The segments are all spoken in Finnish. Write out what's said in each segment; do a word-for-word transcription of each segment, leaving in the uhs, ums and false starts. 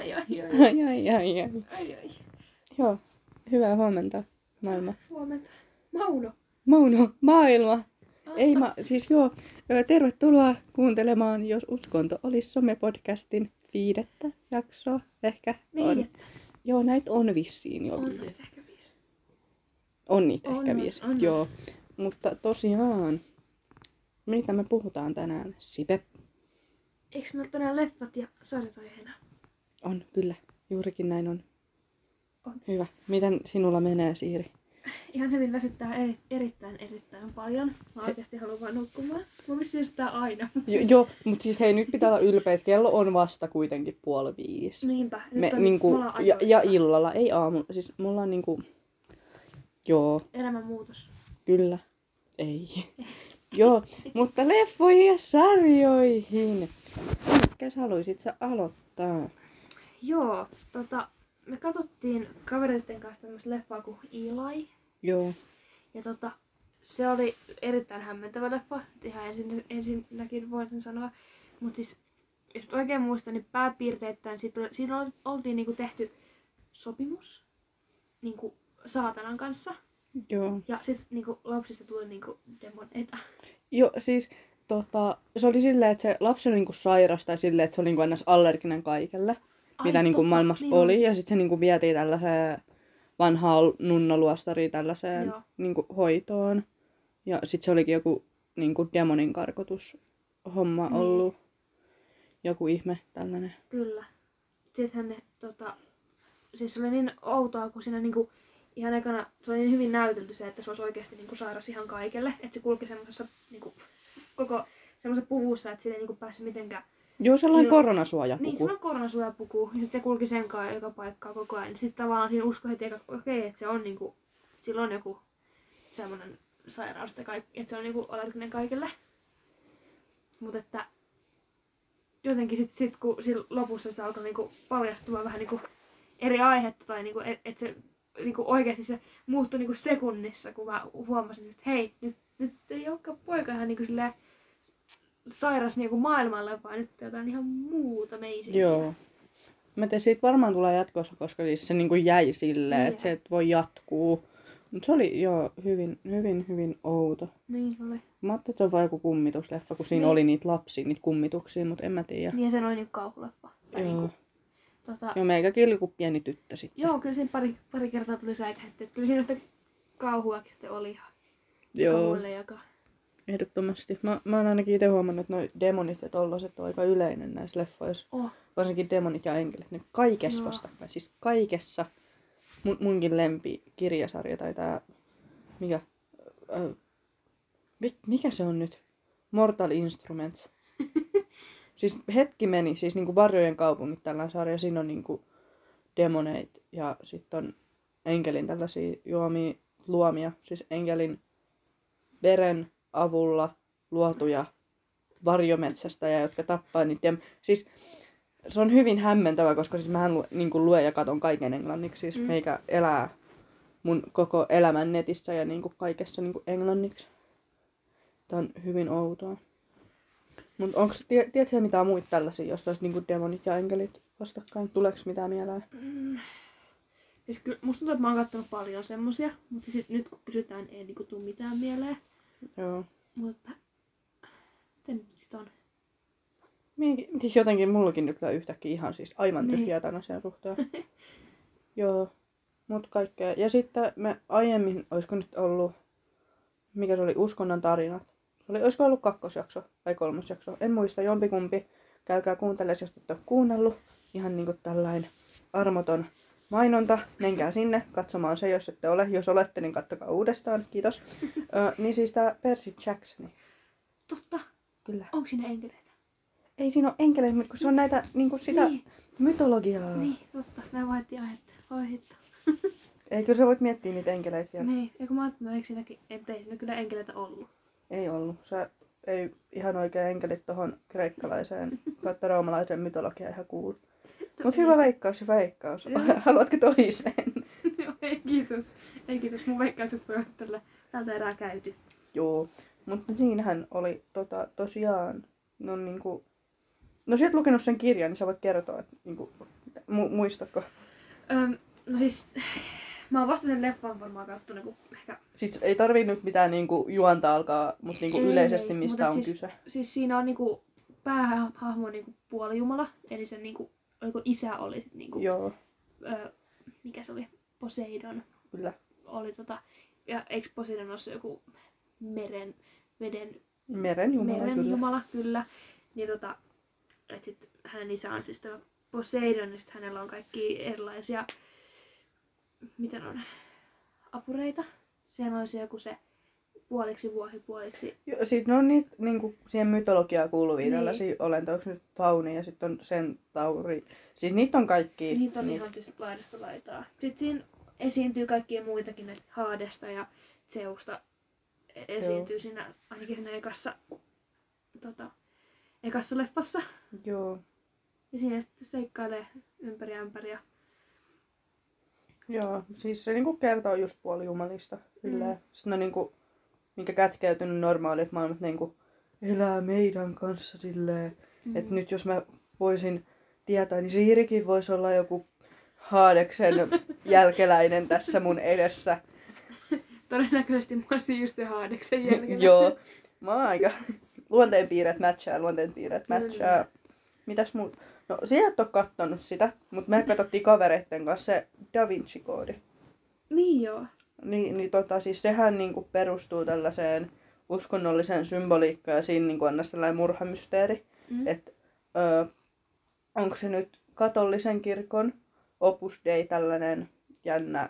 Ai ai ai. Ai ai ai ai. Ai ai. Joo, hyvää huomenta maailma. Huomenta. Mauno. Mauno, maailma. Ei ma, siis joo, ö, tervetuloa kuuntelemaan Jos uskonto olisi some-podcastin viidettä jaksoa. Ehkä on. Viidettä. Joo, näitä on vissiin jo. On viide. näitä ehkä viisi. On niitä On, ehkä on, viisi. on. Joo, mutta tosiaan, mitä me puhutaan tänään, Sipe? Eikö me ole tänään leffat ja sarjat aiheena? On, kyllä. Juurikin näin on. On. Hyvä. Miten sinulla menee, Siiri? Ihan hyvin väsyttää eri, erittäin erittäin paljon. Mä oikeesti haluan vaan nukkumaan. Mä vissiin väsyttää aina. Jo, joo, mutta siis hei, nyt pitää olla ylpeä, että kello on vasta kuitenkin puoli viisi. Niinpä. Me, Nyt on, niinku, me ollaan ja, ja ajoissa. illalla, ei aamulla. Siis mulla on niinku, joo, Elämänmuutos. kyllä, ei. Joo, mutta leffoihin ja sarjoihin. Mikäs haluisit sä aloittaa? Joo, tota, me katsottiin kavereiden kanssa tämmöistä leffaa kuin Eli. Joo, Ja tota, se oli erittäin hämmentävä leffa. Ihan ensin, ensinnäkin voisin sanoa. Mutta siis, jos oikein muistan, niin pääpiirteittäin siitä oli, siinä oli, oltiin niinku tehty sopimus niinku saatanan kanssa. joo. Ja sitten niinku lapsista tuli niinku demoneita. Joo, siis tota, se oli silleen, että se lapsi oli niinku sairas tai silleen, että se oli niinku ennäs allerginen kaikelle, Ai, mitä niinku totta, maailmassa niin oli. on. Ja sitten se niinku vietiin tällaiseen vanhaan nunnaluostariin tällaiseen Joo. niinku hoitoon. Ja sitten se olikin joku niinku demonin karkotus homma Niin. ollut. Joku ihme tällainen. Kyllä. Sittenhän ne, tota, siis se oli niin outoa, kun siinä niinku, ihan ekana, se oli niin hyvin näytelty se, että se olisi oikeasti niinku sairas ihan kaikelle. Että se kulki semmosessa niinku, koko semmoisessa puvussa, että siinä ei niinku päässyt mitenkään. Joo, sellainen Joo. koronasuojapuku. Niin, se on koronasuojapuku, ja sitten se kulki sen kanssa joka paikkaa koko ajan. Sitten tavallaan siinä uskoi heti, että okei, okay, että se on niinku, sillä on joku semmoinen sairaus, että, kaikki, että se on niinku allerginen kaikille. Mutta että jotenkin sitten sit, kun siinä lopussa sitä alkoi niinku paljastumaan vähän niinku eri aihetta, tai niinku, että et se niinku oikeasti se muuttui niinku sekunnissa, kun mä huomasin, että hei, nyt, nyt ei olekaan poika ihan niinku silleen sairas niinku maailmalle, vaan nyt jotain ihan muuta meisinkiä. Joo. Mä tein siitä varmaan tulee jatkossa, koska siis se niinku jäi silleen, Niin että se et voi jatkuu. Mutta se oli joo hyvin, hyvin, hyvin outo. Niin oli. Mä ajattelin, että se on vaan joku kummitusleffa, kun siinä Niin. oli niitä lapsia, niitä kummituksia, mutta en mä tiedä. Niin, ja se oli niinku kauhuleffa. Tai Joo. niinku, tota, Joo, meikäkin oli joku pieni tyttö sitten. joo, kyllä siinä pari, pari kertaa tuli säikähetty. Kyllä siinä sitä kauhuakin sitten oli ihan Joo, kauhuille jakaa. ehdottomasti. Mä, mä oon ainakin itse huomannut, että noi demonit ja tollaset on aika yleinen näissä leffoissa. Oh, Varsinkin demonit ja enkelit. Ne kaikessa Joo. vastakkain. Siis kaikessa. Mun, munkin lempi kirjasarja tai tää... Mikä? Ö, mi, mikä se on nyt? Mortal Instruments. Siis hetki meni. Siis niinku Varjojen kaupungit tällainen sarja. Siinä on niinku demoneit ja sitten on enkelin tällaisia juomia, luomia. Siis enkelin veren avulla luotuja varjometsästäjä, jotka tappaa niitä. dem- Siis se on hyvin hämmentävä, koska siis mähän lu, niin kuin luen ja katon kaiken englanniksi. Siis Mm. meikä elää mun koko elämän netissä ja niin kuin kaikessa niin kuin englanniksi. Tää on hyvin outoa. Mut onks, tie, tiedätkö mitään muita tällaisia, jossa olisi niin kuin demonit ja enkelit vastakkain? Tuleeko mitään mieleen? mm. Siis kyllä, musta tuntuu, että mä oon kattonut paljon semmosia, mutta sit nyt kun kysytään, ei niinku tuu mitään mieleen. Joo. Mutta miten nyt sit on? Minäkin, siis jotenkin mullakin nyt tulee yhtäkkiä ihan siis aivan Niin. tyhjää tämän asian suhteen. Joo, mut kaikkea. Ja sitten me aiemmin, olisiko nyt ollut, mikä se oli, Uskonnon tarinat. Se oli, olisiko ollut kakkosjakso vai kolmosjakso, en muista, jompikumpi. Käykää kuuntelemaan, jos ette ole kuunnellut. Ihan niinku tällainen armoton mainonta. Menkää sinne katsomaan se, jos ette ole. Jos olette, niin kattokaa uudestaan. Kiitos. Ö, niin siis tää Percy Jacksoni. Totta, Kyllä. onko siinä enkeleitä? Ei siinä ole enkeleitä, mutta kun se on näitä niinku sitä Niin, mytologiaa. niin, totta. Mä vaihtiin aihetta. Oi hitto. Ei, kyllä sä voit miettiä niitä enkeleitä vielä. Niin, ja kun mä ajattelin, no eikö siinäkin, ei, ei siinä kyllä enkeleitä ollut. Ei ollut. Se ei ihan oikein enkelit tohon kreikkalaiseen kautta roomalaiseen mytologiaan ihan kuulu. Mut hyvä veikkaus ja veikkaus. Joo. Haluatko toisen? Joo, ei kiitos. Ei kiitos, mun veikkaukset voi olla tällä, tältä erää käyty. Joo. Mutta siinähän oli tota, tosiaan, no niinku, no sä oot lukenut sen kirjan, niin sä voit kertoa, että niinku, mitä, Mu- muistatko? Öm, no siis, mä oon vasta sen leffan varmaan kattonut, kun ehkä... Siis ei tarvii nyt mitään niinku juonta alkaa, mutta niinku Ei, yleisesti ei, mistä on siis, kyse. Siis siinä on niinku päähahmo on niinku puolijumala, eli sen niinku, oliko isä oli sit niinku... Joo, Ö, mikä se oli? Poseidon. kyllä. Oli tota... Ja eikö Poseidon ole se joku meren, veden... Meren jumala, meren kyllä. jumala, kyllä. Niin tota... Et sit hänen isä on siis tämä Poseidon, ja sit hänellä on kaikki erilaisia... Miten on? Apureita. Sehän on se joku se puoliksi vuohi, puoliksi... Joo, siis ne on niitä niinku siihen mytologiaan kuuluvia Niin. tällaisia olentoja. Onko nyt fauni ja sitten on sentauri. Siis niitä on kaikki. Niitä on niit- ihan siis laidasta laitaa. Sitten siinä esiintyy kaikkia muitakin, näitä Haadesta ja Zeusta e- esiintyy siinä, ainakin siinä ekassa, tota, ekassa leffassa. Joo. Ja siinä sitten seikkailee ympäri ja ympäri. Ja... Joo, siis se niinku kertoo just puolijumalista. Kyllä. Mm. Sitten on niinku, minkä kätkeytynyt normaalit maailmat niinku elää meidän kanssa silleen. Mm. Että nyt jos mä voisin tietää, niin Siirikin voisi olla joku Haadeksen jälkeläinen tässä mun edessä. Todennäköisesti mä olisin just se Haadeksen jälkeen. Joo. Mä oon aika... Luonteenpiirret matchaa, luonteenpiirret matchaa. Mitäs muut? No, sä et oo kattonut sitä, mutta me katsottiin kavereitten kanssa se Da Vinci-koodi. Niin joo. Niin, niin tota, siis sehän niinku perustuu tällaiseen uskonnolliseen symboliikkaan ja siinä niinku on sellainen murhamysteeri. Mm. Että onko se nyt katolisen kirkon Opus Dei tällainen jännä...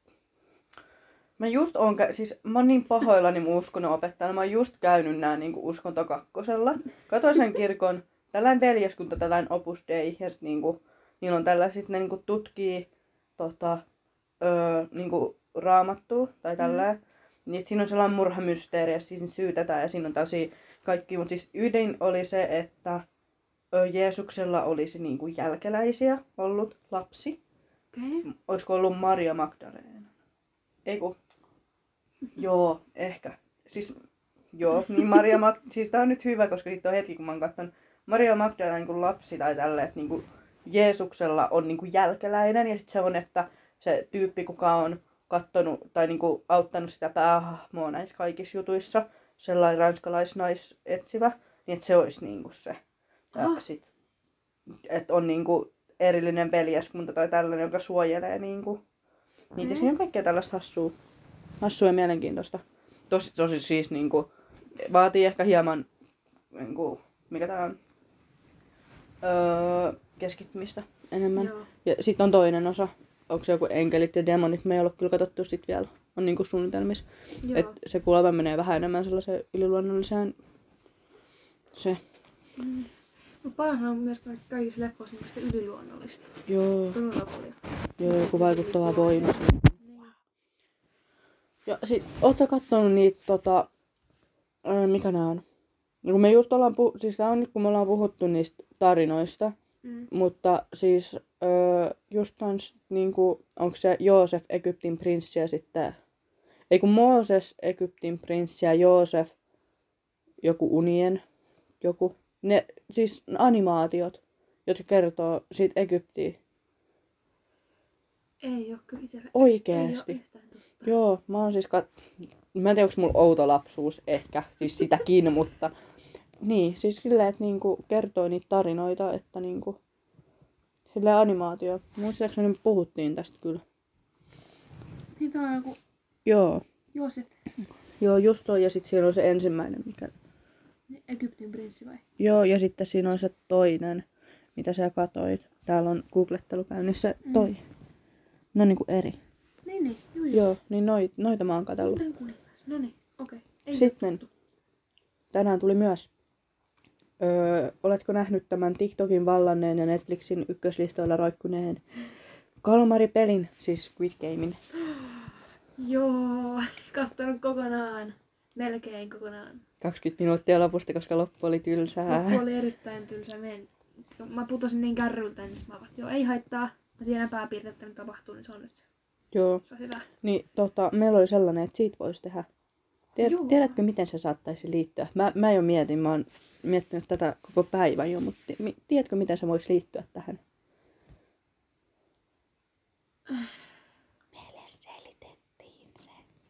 Mä just oon, kä- siis mä oon niin pahoillani mun uskonnonopettajana, mä oon just käynyt nää niinku uskonto kakkosella. Katolisen kirkon tällainen veljeskunta, tällainen Opus Dei, ja sit niinku, niillä on tällaiset, ne niinku tutkii tota, öö, niinku raamattua, tai tällainen. Mm. Niin siinä on sellainen murhamysteeri, ja siinä syytetään, ja siinä on tällaisia kaikki, mutta siis ydin oli se, että ö, Jeesuksella olisi niinku jälkeläisiä ollut lapsi. Okei. Olisiko ollut Maria Magdalena? Ei kun... Joo, ehkä. Siis, joo, niin Maria Mag... Siis tää on nyt hyvä, koska siitä on hetki, kun mä oon kattonut Maria Magdalena niin lapsi tai tälle, että niin Jeesuksella on niin jälkeläinen. Ja sitten se on, että se tyyppi, kuka on kattonut tai niin auttanut sitä päähahmoa näissä kaikissa jutuissa, sellainen ranskalaisnaisetsivä, niin että se olisi niin se. Ja Ah. sit, että on niin erillinen veljeskunta tai tällainen, joka suojelee niin kuin... Niitä Mm. siinä on kaikkea tällaista hassua, hassua ja mielenkiintoista. Tosi, tosi siis niinku, vaatii ehkä hieman, niinku, mikä tää on, öö, keskittymistä enemmän. Joo. Ja sit on toinen osa, onko se joku enkelit ja demonit, me ei ole kyllä katsottu sit vielä, on niinku suunnitelmissa. Joo. Et se kuulemma menee vähän enemmän sellaiseen yliluonnolliseen, se, Mm. Mutta paljon on myös kaikissa leffoissa semmoista yliluonnollista. joo, Todella paljon. joo, joku vaikuttava voima. Niin. Ja sit, oot sä kattonut niitä, tota, öö, mikä nää on? No kun me just ollaan, puh- siis tää on nyt kun me ollaan puhuttu niistä tarinoista, Mm. mutta siis öö, just kans niinku, onko se Joosef Egyptin prinssi ja sitten, ei kun Mooses Egyptin prinssi ja Joosef joku unien, joku, ne siis animaatiot, jotka kertoo siitä Egyptiä. Ei oo kyllä itsellä. Oikeesti. Ei oo yhtään totta. Joo, mä oon siis kat... Mä en tiedä, onko mulla outo lapsuus ehkä, siis sitäkin, mutta... Niin, siis silleen, että niinku kertoo niitä tarinoita, että niinku... Silleen animaatio. Muistaakseni me puhuttiin tästä kyllä. Niitä on joku Joo. Joosef, Joo, just toi, ja sitten siinä on se ensimmäinen, mikä... Egyptin prinssi vai? Joo, ja sitten siinä on se toinen, mitä sä katoit. Täällä on googlettelu käynnissä, Mm. toi. No niinku eri. Niin, niin. Juu, juu. Joo, niin noit, noita mä oon katsellut. Kuten kuningas. No niin, okei. Ei Sitten oo tuttu. tänään tuli myös, öö, oletko nähnyt tämän TikTokin vallanneen ja Netflixin ykköslistoilla roikkuneen Kalmaripelin, siis Squid Gamein? Joo, kattonut kokonaan. Melkein kokonaan. kaksikymmentä minuuttia lopusta, koska loppu oli tylsää. Loppu oli erittäin tylsä. Mä, en, mä putosin niin kärryltä, niin sit mä vaan, joo ei haittaa. Mä tiedän pääpiirteet, että mitä tapahtuu, niin se on nyt Joo, se on hyvä. niin tota, meillä oli sellainen, että siitä voisi tehdä. Tiedät, Joo. tiedätkö, miten se saattaisi liittyä? Mä, mä jo mietin, mä oon miettinyt tätä koko päivän jo, mutta ti- mi- tiedätkö, miten se voisi liittyä tähän?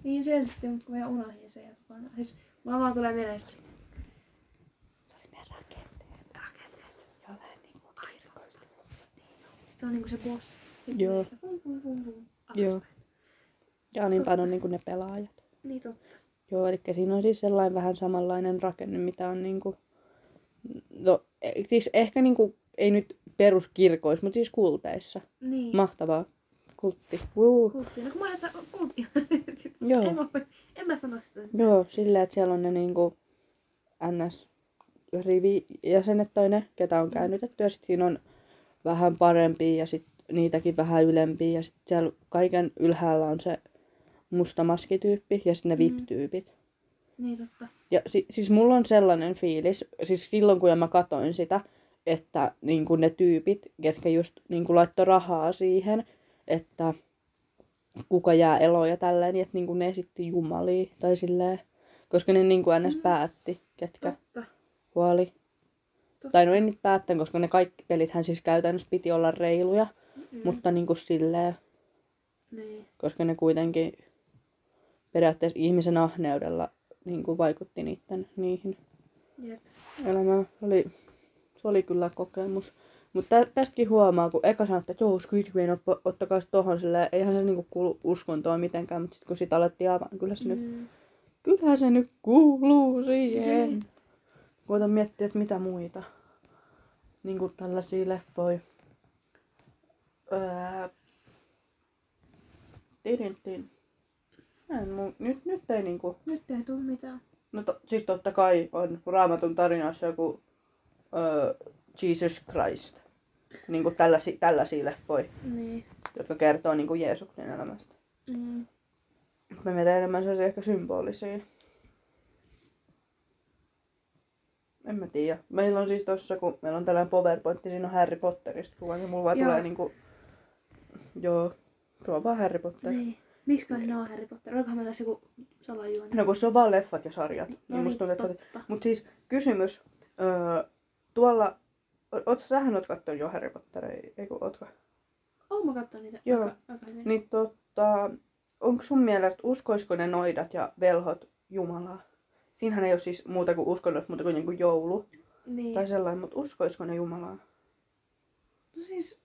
Niin selvästi, mutta kun meidän unohdin se joku. Siis mulla vaan tulee mieleen sitä. Se oli ne rakenteet. Rakenteet. Joo, vähän niinku kirkoista. Se on niinku se boss. Joo. Se pum, pum, pum, pum, Joo. Ja niin Totta. paljon niinku ne pelaajat. Niin totta. Joo, eli siinä on siis sellainen vähän samanlainen rakenne, mitä on niinku... No, e- siis ehkä niinku, ei nyt peruskirkoissa, mutta siis kulteissa. Niin. Mahtavaa. Kultti. Woo. Kultti. No kun mä ajattelin, kultti. Joo. En mä, voi- en mä sano sitä. Joo, silleen, että siellä on ne niinku N S-rivijäsenet tai ne, ketä on käännytetty. Ja sitten siinä on vähän parempia ja sitten niitäkin vähän ylempiä. Ja sitten siellä kaiken ylhäällä on se musta maskityyppi ja sitten ne Mm. V I P-tyypit. Niin totta. Ja si- siis mulla on sellainen fiilis, siis silloin kun mä katoin sitä, että niin ne tyypit, ketkä just niin laittoi rahaa siihen, että kuka jää eloon ja tälleen, niin että niin ne esitti jumalia tai silleen, koska ne niin kuin ns. Mm. Päätti, ketkä Totta. kuoli. Totta. Tai no en nyt päättänyt, koska ne kaikki pelithän siis käytännössä piti olla reiluja, Mm. mutta niin kuin silleen, Niin. koska ne kuitenkin periaatteessa ihmisen ahneudella niin kuin vaikutti niiden, niihin Jep. elämään. Se oli, se oli kyllä kokemus. Mutta tä, tästäkin huomaa, kun eka sanoi, että joo, Squid Game, oppa- ottakaa se tohon, silleen, eihän se niinku kuulu uskontoon mitenkään, mutta sitten kun sitä alettiin avaan, niin kyllä se, nyt, Mm. kyllähän se nyt kuuluu siihen. Koitan miettiä, että mitä muita. Niin kuin tällaisia leffoja. Öö... Tidin, tidin. Mä en mu- nyt, nyt ei niinku... Nyt ei tuu mitään. No to, siis totta kai on Raamatun tarinassa joku öö, Jesus Christ. Niinku tällaisia, tällaisia leffoja, Niin. jotka kertoo niinku Jeesuksen elämästä. Mm. Me meitä enemmän sellaisia ehkä symbolisia. En mä tiedä. Meillä on siis tossa, kun meillä on tällainen PowerPointti, siinä on Harry Potterista kuva, niin mulla vaan Joo. tulee niinku... Joo, se on vaan Harry Potter. Niin. Miksi siinä on Harry Potter? Olikohan meillä tässä joku salajuoni? No kun se on vaan leffat ja sarjat. No niin musta niin, tuntuu, että... totta. Mut siis kysymys. Öö, tuolla... Oot, sähän oot kattonut jo Harry Potteria, eikö ootko? Oon mä katsoin niitä Joo. aika, aika hyvin. Niin tota... Onko sun mielestä, uskoisiko ne noidat ja velhot Jumalaa? Siinähän ei ole siis muuta kuin uskonnossa, muuta kuin niinku joulu Niin. tai sellainen, mutta uskoisiko ne Jumalaa? No siis...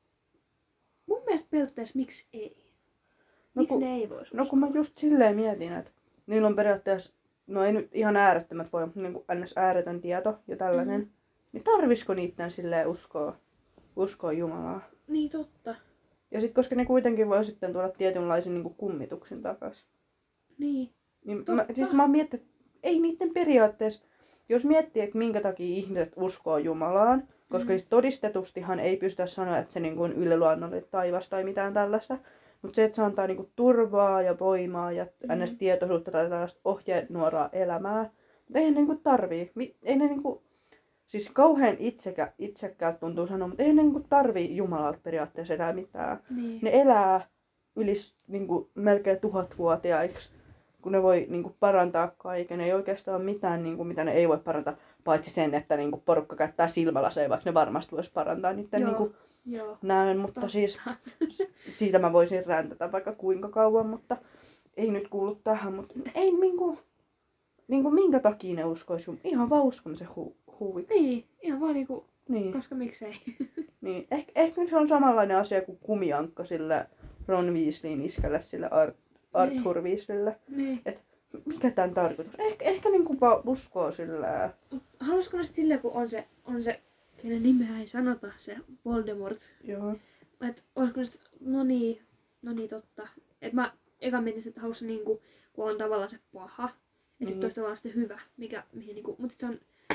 Mun mielestä periaatteessa miksi ei? No Miksi kun- ne ei vois No kun mä just silleen mietin, että niillä on periaatteessa, no ei nyt ihan äärettömät voi, mutta niin kuin ns. Ääretön tieto ja tällainen. Mhm. Niin tarvisiko niitten silleen uskoa, uskoa Jumalaa? Niin totta. Ja sit koska ne kuitenkin voi sitten tuoda tietynlaisen niin kuin kummituksen takas. Niin. Niin mä, Totta. siis mä oon miettinyt, että ei niiden periaatteessa, jos miettii, että minkä takia ihmiset uskoo Jumalaan, koska Mhm. siis todistetustihan ei pystytä sanoa, että se niin kuin on yliluonnollinen taivas tai mitään tällaista. Mutta se, että se antaa niinku turvaa ja voimaa ja Mhm. ns. Tietoisuutta tai tällaista ohjenuoraa elämää. Mutta eihän ne niinku tarvii. Mi- Ei ne niinku, siis kauhean itsekä, itsekkäältä tuntuu sanoa, mutta eihän ne niinku tarvii Jumalalta periaatteessa enää mitään. Niin. Ne elää yli s- niinku, melkein tuhatvuotiaiksi, kun ne voi niinku, parantaa kaiken. Ei oikeastaan ole mitään, niinku, mitä ne ei voi parantaa, paitsi sen, että niinku, porukka käyttää silmälaseja, vaikka ne varmasti voisi parantaa niiden Joo. niinku, Joo. näön. Mutta Totta. siis siitä mä voisin räntätä vaikka kuinka kauan, mutta ei nyt kuulu tähän. Mutta ei niinku, niinku minkä takia ne uskoisi, ihan vaan uskomisen hu- huviksi. Niin. Ihan vaan niinku, Niin, koska miksei. niin. Eh- ehkä se on samanlainen asia kuin kumiankka sille Ron Weasleyin iskälle, sille Ar- Arthur Weasleylle. Niin. Mikä tämän tarkoitus? Ehkä, ehkä niinku vaan uskoo sillä. Haluaisiko ne sit silleen, kun on se, on se, kenen nimeä ei sanota, se Voldemort. Joo. Et olisiko ne sit, no niin, no niin totta. Et mä eka mietin, että haluaisi niinku, kun on tavallaan se paha. Ja Niin. sitten olisi tavallaan se hyvä, mikä, mihin niinku, mut sit se on,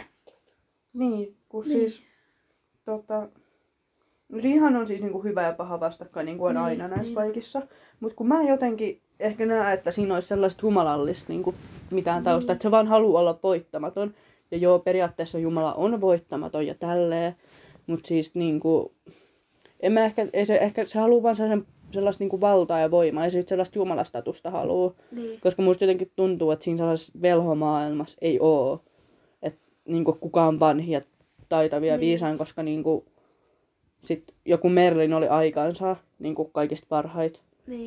Niin, kun Niin. siis tota, no siinähän on siis niinku hyvä ja paha vastakkain, niin kuin on Niin, aina näissä niin. kaikissa. Mutta kun mä jotenkin ehkä näen, että siinä olisi sellaista jumalallista niinku mitään tausta, Niin. että se vaan haluaa olla voittamaton. Ja joo, periaatteessa Jumala on voittamaton ja tälleen. Mutta siis niinku, en mä ehkä, ei se, ehkä se haluaa vaan sellaisen, sellaista niinku valtaa ja voimaa, ei se nyt sellaista jumalastatusta halua. niin, Koska musta jotenkin tuntuu, että siinä sellaisessa velhomaailmassa ei oo. Että niinku kukaan vanhia taitavia ja Niin. viisaan, koska niinku sit joku Merlin oli aikansa niinku kaikista parhaita. niin,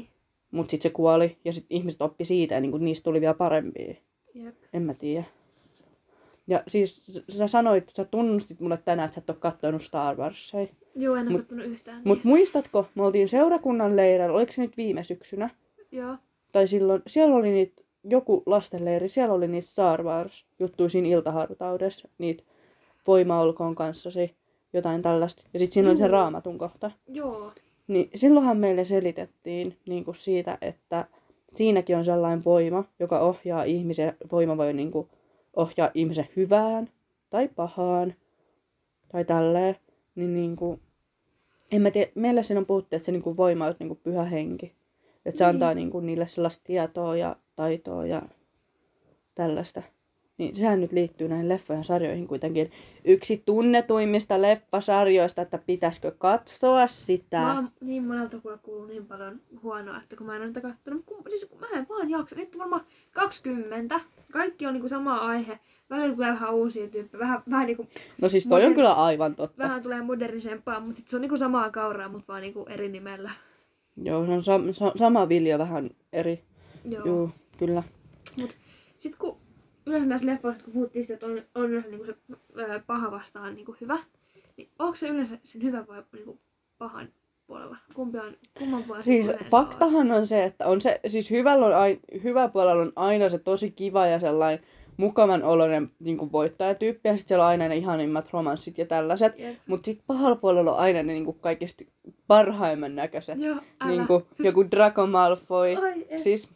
Mut sit se kuoli ja sit ihmiset oppi siitä ja niinku niistä tuli vielä parempia. Jep. En mä tiedä. Ja siis sä sanoit, sä tunnustit mulle tänään, että sä et oo kattonut Star Warsia. Joo, en oo Mut- kattonut yhtään Mut niistä. muistatko, me oltiin seurakunnan leirillä, oliko se nyt viime syksynä? Joo. Tai silloin, siellä oli niitä, joku lastenleiri, siellä oli niitä Star Wars-juttuja siinä iltahartaudessa, niitä voima olkoon kanssasi, jotain tällaista. Ja sitten siinä oli se Juu. raamatun kohta. Joo. Niin silloinhan meille selitettiin niin kuin siitä, että siinäkin on sellainen voima, joka ohjaa ihmisen, voima voi niin kuin ohjaa ihmisen hyvään tai pahaan tai tälleen. Niin, niin kuin, en mä tiedä, meille siinä on puhuttu, että se niin kuin voima olisi niin kuin pyhä henki. Että se Niin. antaa niin kuin niille sellaista tietoa ja taitoa ja tällaista. Niin sehän nyt liittyy näihin leffojen sarjoihin kuitenkin. Yksi tunnetuimmista leffasarjoista, että pitäisikö katsoa sitä. Mä oon niin monelta kuule kuullut niin paljon huonoa, että kun mä en ole niitä kattonut. Kun, siis kun mä en vaan jaksa. Nyt on varmaan kaksikymmentä. Kaikki on niinku sama aihe. Välillä tulee vähän uusia tyyppejä. Vähän, vähän, niinku, No siis toi on Moderni- kyllä aivan totta. vähän tulee modernisempaa, mutta sit se on niinku samaa kauraa, mutta vaan niinku eri nimellä. Joo, se on sam- sa- sama vilja vähän eri. Joo. Joo, kyllä. Sitten kun yleensä näissä leffoissa, kun puhuttiin siitä, että on, on yleensä niinku se ö, paha vastaan niinku hyvä, niin onko se yleensä sen hyvä vai niinku pahan puolella? Kumpi on, kumman puolella se Siis yleensä faktahan on se, että on se, siis hyvällä on ai, hyvä puolella on aina se tosi kiva ja sellainen mukavan oloinen niin voittajatyyppi, ja sitten siellä on aina ne ihanimmat romanssit ja tällaiset. on? Jep. Mutta sitten pahalla puolella on aina ne niin kuin kaikista parhaimman näköiset. Joo, älä. Niin kuin joku Draco Malfoy. Ai että. Siis,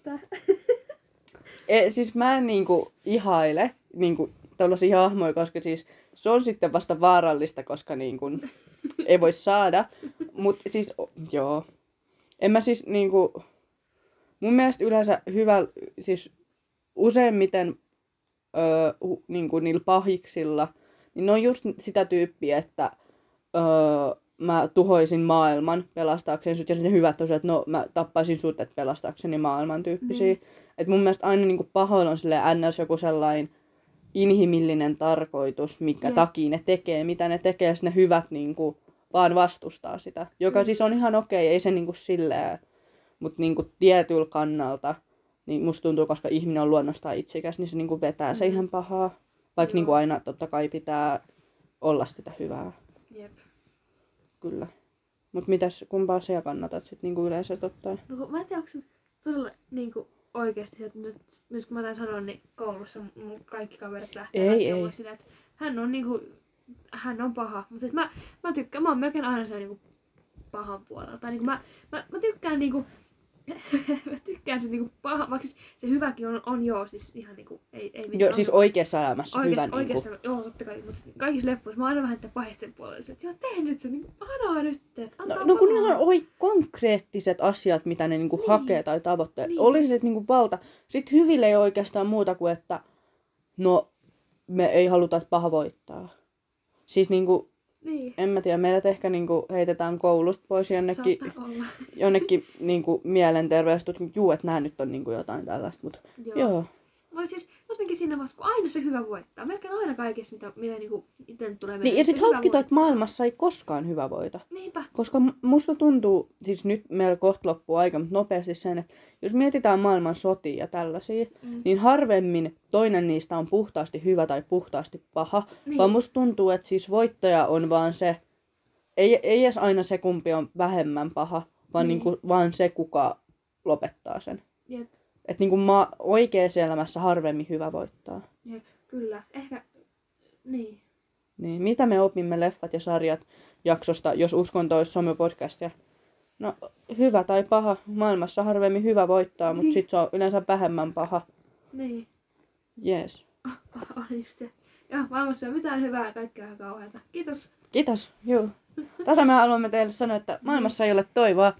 e, siis mä en niin kuin ihaile niin kuin tällaisia hahmoja, koska siis se on sitten vasta vaarallista, koska niin kuin ei voi saada. Mutta siis, o- joo. En mä siis niinku, mun mielestä yleensä hyvä, siis useimmiten öö, hu, niinku niillä pahiksilla, niin ne on just sitä tyyppiä, että öö, mä tuhoisin maailman pelastaakseni sut, ja sitten ne hyvät on se, että no mä tappaisin sut, että pelastaakseni maailman tyyppisiä. Mm. Et mun mielestä aina niinku pahoilla on silleen ns. Joku sellainen inhimillinen tarkoitus, mikä Jep. takia ne tekee, mitä ne tekee, ja sit ne hyvät niinku vaan vastustaa sitä. Joka Mm. siis on ihan okei, ei se niinku silleen, mutta niinku tietyllä kannalta, niin musta tuntuu, koska ihminen on luonnostaan itsikäs, niin se niinku vetää se Mm. ihan pahaa. Vaikka Joo. niinku aina totta kai pitää olla sitä hyvää, Jep. kyllä. Mut mitäs, kumpaa sä kannatat sit niinku yleisesti ottaen? No kun mä en tiedä, onko se todella niinku oikeesti se, että nyt, nyt kun mä tämän sanon, niin koulussa mun kaikki kaverit lähtee Ei, lähtee ei. mulle sitä, että hän on niinku, hän on paha. Mutta mä, mä tykkään, mä oon melkein aina se niinku pahan puolella. Tai niinku mä, mä, mä tykkään niinku, mä tykkään se niinku paha, vaikka siis se hyväkin on, on joo, siis ihan niinku, ei, ei mitään. Joo, siis oikeassa elämässä Oikeassa, hyvä oikeassa, niinku. joo totta kai, mutta kaikissa leffoissa mä oon aina vähän että pahisten puolella, että joo tee nyt se, niin anna nyt, että No, antaa no kun palaa. niillä on oi, konkreettiset asiat, mitä ne niinku Niin. hakee tai tavoitteet. Niin. Oli se sit niinku valta. Sitten hyville ei oikeastaan muuta kuin, että no me ei haluta, että paha voittaa. Siis niinku, Niin, en mä tiedä, meidät ehkä niinku heitetään koulusta pois jonnekin, saattaa olla. jonnekin niinku mielenterveystutkimukseen. Juu, että nää nyt on niinku jotain tällaista, mutta joo. joo. Mutta siis jotenkin siinä vasta, kun aina se hyvä voittaa. Melkein aina kaikessa, mitä, mitä niinku itse nyt tulee Niin, mieleen, ja se sit hyvä hauskinta, että voittaa. maailmassa ei koskaan hyvä voita. Niinpä. Koska m- musta tuntuu, siis nyt meillä kohta loppuu aika, mutta nopeasti sen, että jos mietitään maailman sotia ja tällaisia, Mm. niin harvemmin toinen niistä on puhtaasti hyvä tai puhtaasti paha, Niin. vaan musta tuntuu, että siis voittaja on vaan se, ei, ei edes aina se kumpi on vähemmän paha, vaan, Niin. niinku, vaan se kuka lopettaa sen. Jep, Että niinku ma- oikeassa elämässä harvemmin hyvä voittaa. jep, kyllä. Ehkä, niin. Niin, mitä me opimme leffat ja sarjat jaksosta, jos uskonto olisi somepodcastia? No, hyvä tai paha. Maailmassa harvemmin hyvä voittaa, mutta Niin. sit se on yleensä vähemmän paha. Niin. Jees. Ah, ah, on just se. Joo, maailmassa ei ole mitään hyvää, kaikkea on kauheata. Kiitos. Kiitos. Joo. Tätä me haluamme teille sanoa, että maailmassa ei ole toivoa.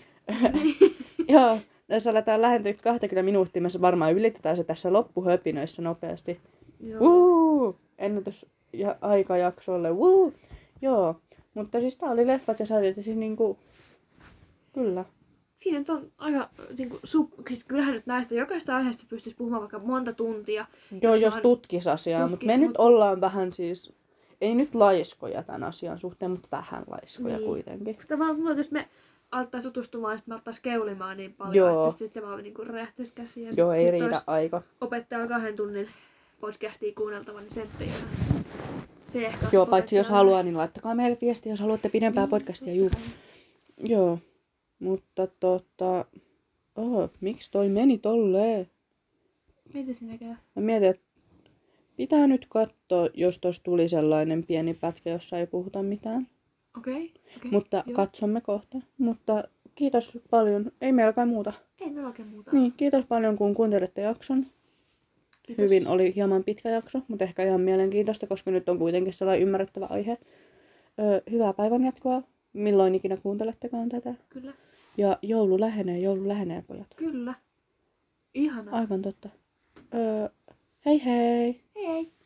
Joo, jos aletaan lähentyä kaksikymmentä minuuttia, me varmaan ylitetään se tässä loppuhöpinöissä nopeasti. Joo. Woo! Ennätys ja aikajaksolle. Woo! Joo, mutta siis tää oli leffat ja sarjat ja siis niinku... Kyllä. Siinä nyt on aika, niin kuin, sup, siis kyllähän nyt näistä jokaista aiheesta pystyisi puhumaan vaikka monta tuntia. Joo, Jos jos vaan tutkis asiaa, mutta me tutkis, nyt mut- ollaan vähän siis... Ei nyt laiskoja tämän asian suhteen, mutta vähän laiskoja Niin. kuitenkin. Sitä vaan, mutta jos me alettaisiin tutustumaan, sitten mä altais keulimaan niin paljon, Joo. että sitten se vaan niinku räjähtäisi käsiin. Ja Joo, sit, ei sit riitä ois aika. opettajalla kahden tunnin podcastia kuunneltava, niin se ei ole. Se ei ehkä Joo, paitsi jos haluaa, niin laittakaa meille viestiä, jos haluatte pidempää niin, podcastia. Juu. Joo, mutta tota... Oho, miksi toi meni tolleen? Mitä siinä käy? Mä mietin, että pitää nyt katsoa, jos tossa tuli sellainen pieni pätkä, jossa ei puhuta mitään. Okei. Okay, okay, Mutta joo. katsomme kohta. Mutta kiitos paljon. Ei meillä kai muuta. Ei meillä oikein muuta. Niin, kiitos paljon kun kuuntelette jakson. Kiitos. Hyvin oli hieman pitkä jakso, mutta ehkä ihan mielenkiintoista, koska nyt on kuitenkin sellainen ymmärrettävä aihe. Öö, hyvää päivänjatkoa. Milloin ikinä kuuntelettekaan tätä. Kyllä. Ja joulu lähenee, joulu lähenee, pojat. Kyllä. Ihanaa. Aivan totta. Öö, hei hei! Hei hei!